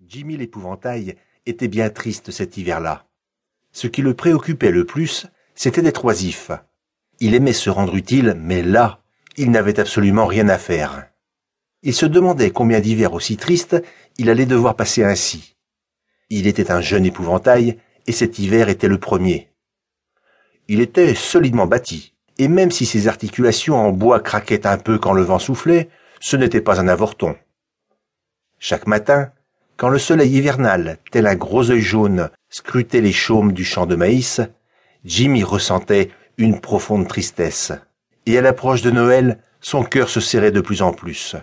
Jimmy l'épouvantail était bien triste cet hiver-là. Ce qui le préoccupait le plus, c'était d'être oisif. Il aimait se rendre utile, mais là, il n'avait absolument rien à faire. Il se demandait combien d'hivers aussi tristes il allait devoir passer ainsi. Il était un jeune épouvantail, et cet hiver était le premier. Il était solidement bâti, et même si ses articulations en bois craquaient un peu quand le vent soufflait, ce n'était pas un avorton. Chaque matin, quand le soleil hivernal, tel un gros œil jaune, scrutait les chaumes du champ de maïs, Jimmy ressentait une profonde tristesse. Et à l'approche de Noël, son cœur se serrait de plus en plus.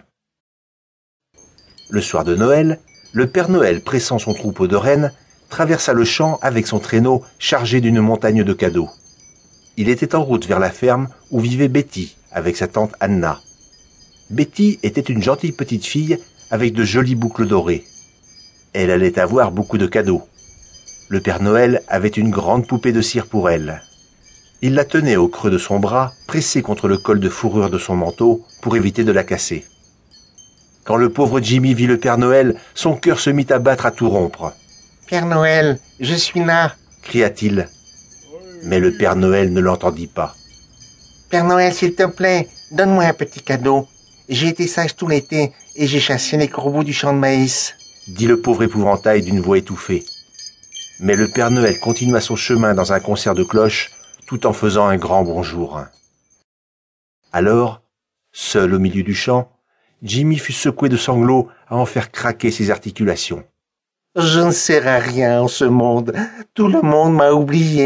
Le soir de Noël, le Père Noël, pressant son troupeau de rennes, traversa le champ avec son traîneau chargé d'une montagne de cadeaux. Il était en route vers la ferme où vivait Betty avec sa tante Anna. Betty était une gentille petite fille avec de jolies boucles dorées. Elle allait avoir beaucoup de cadeaux. Le Père Noël avait une grande poupée de cire pour elle. Il la tenait au creux de son bras, pressée contre le col de fourrure de son manteau pour éviter de la casser. Quand le pauvre Jimmy vit le Père Noël, son cœur se mit à battre à tout rompre. « Père Noël, je suis là !» cria-t-il. Mais le Père Noël ne l'entendit pas. « Père Noël, s'il te plaît, donne-moi un petit cadeau. J'ai été sage tout l'été et j'ai chassé les corbeaux du champ de maïs. » dit le pauvre épouvantail d'une voix étouffée. Mais le Père Noël continua son chemin dans un concert de cloches, tout en faisant un grand bonjour. Alors, seul au milieu du champ, Jimmy fut secoué de sanglots à en faire craquer ses articulations. « Je ne sers à rien en ce monde. Tout le monde m'a oublié. »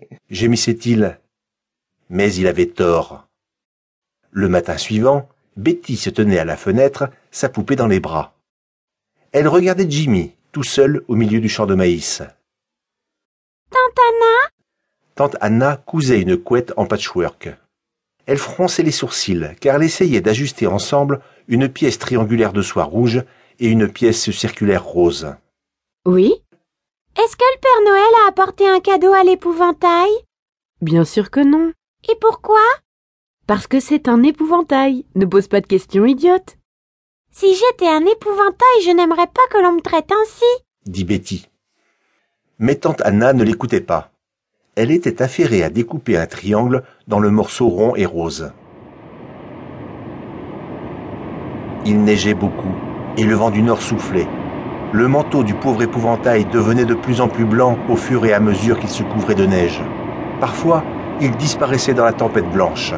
gémissait-il. Mais il avait tort. Le matin suivant, Betty se tenait à la fenêtre, sa poupée dans les bras. Elle regardait Jimmy, tout seul au milieu du champ de maïs. « Tante Anna ?» Tante Anna cousait une couette en patchwork. Elle fronçait les sourcils, car elle essayait d'ajuster ensemble une pièce triangulaire de soie rouge et une pièce circulaire rose. « Oui ?»« Est-ce que le Père Noël a apporté un cadeau à l'épouvantail ?»« Bien sûr que non. »« Et pourquoi ?»« Parce que c'est un épouvantail. Ne pose pas de questions idiotes. »« Si j'étais un épouvantail, je n'aimerais pas que l'on me traite ainsi, » dit Betty. Mais tante Anna ne l'écoutait pas. Elle était affairée à découper un triangle dans le morceau rond et rose. Il neigeait beaucoup, et le vent du nord soufflait. Le manteau du pauvre épouvantail devenait de plus en plus blanc au fur et à mesure qu'il se couvrait de neige. Parfois, il disparaissait dans la tempête blanche.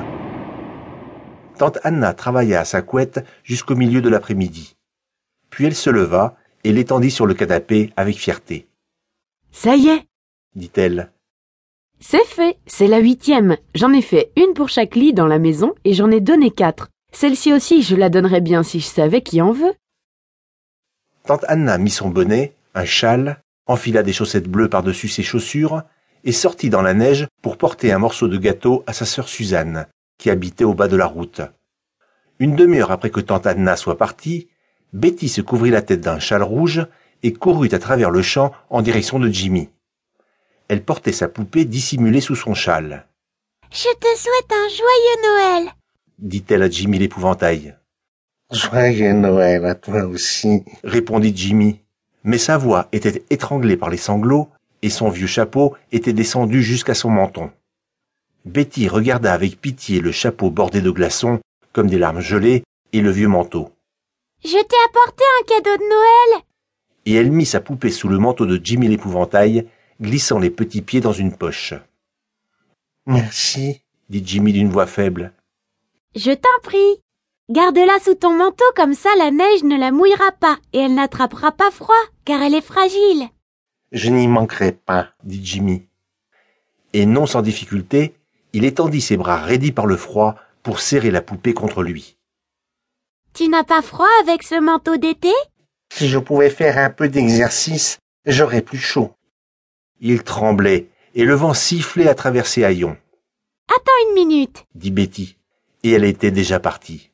Tante Anna travailla à sa couette jusqu'au milieu de l'après-midi. Puis elle se leva et l'étendit sur le canapé avec fierté. « Ça y est, » dit-elle. « C'est fait, c'est la 8e. J'en ai fait une pour chaque lit dans la maison et j'en ai donné 4. Celle-ci aussi, je la donnerais bien si je savais qui en veut. » Tante Anna mit son bonnet, un châle, enfila des chaussettes bleues par-dessus ses chaussures et sortit dans la neige pour porter un morceau de gâteau à sa sœur Suzanne, qui habitait au bas de la route. Une demi-heure après que tante Anna soit partie, Betty se couvrit la tête d'un châle rouge et courut à travers le champ en direction de Jimmy. Elle portait sa poupée dissimulée sous son châle. « Je te souhaite un joyeux Noël !» dit-elle à Jimmy l'épouvantail. « Joyeux Noël à toi aussi !» répondit Jimmy. Mais sa voix était étranglée par les sanglots et son vieux chapeau était descendu jusqu'à son menton. Betty regarda avec pitié le chapeau bordé de glaçons, comme des larmes gelées, et le vieux manteau. « Je t'ai apporté un cadeau de Noël !» Et elle mit sa poupée sous le manteau de Jimmy l'épouvantail, glissant les petits pieds dans une poche. « Merci, » dit Jimmy d'une voix faible. « Je t'en prie. Garde-la sous ton manteau, comme ça la neige ne la mouillera pas et elle n'attrapera pas froid, car elle est fragile. »« Je n'y manquerai pas, » dit Jimmy. Et non sans difficulté, il étendit ses bras raidis par le froid pour serrer la poupée contre lui. « Tu n'as pas froid avec ce manteau d'été ?»« Si je pouvais faire un peu d'exercice, j'aurais plus chaud. » Il tremblait et le vent sifflait à travers ses haillons. « Attends une minute, » dit Betty, et elle était déjà partie.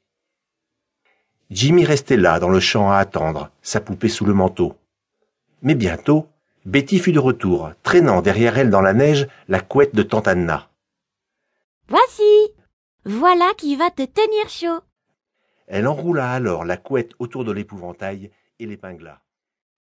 Jimmy restait là dans le champ à attendre, sa poupée sous le manteau. Mais bientôt, Betty fut de retour, traînant derrière elle dans la neige la couette de tante Anna. « Voici, voilà qui va te tenir chaud. » Elle enroula alors la couette autour de l'épouvantail et l'épingla.